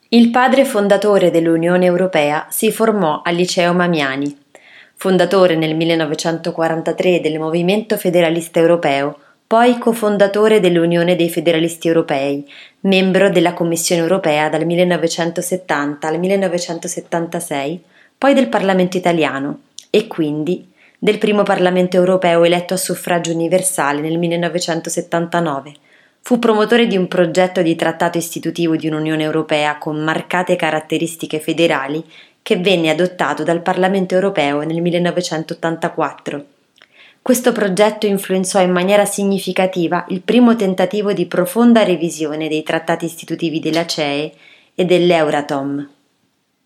Il padre fondatore dell'Unione Europea si formò al Liceo Mamiani. Fondatore nel 1943 del Movimento Federalista Europeo, poi cofondatore dell'Unione dei Federalisti Europei, membro della Commissione Europea dal 1970 al 1976, poi del Parlamento italiano e quindi del primo Parlamento europeo eletto a suffragio universale nel 1979. Fu promotore di un progetto di trattato istitutivo di un'Unione Europea con marcate caratteristiche federali che venne adottato dal Parlamento europeo nel 1984. Questo progetto influenzò in maniera significativa il primo tentativo di profonda revisione dei trattati istitutivi della CEE e dell'Euratom.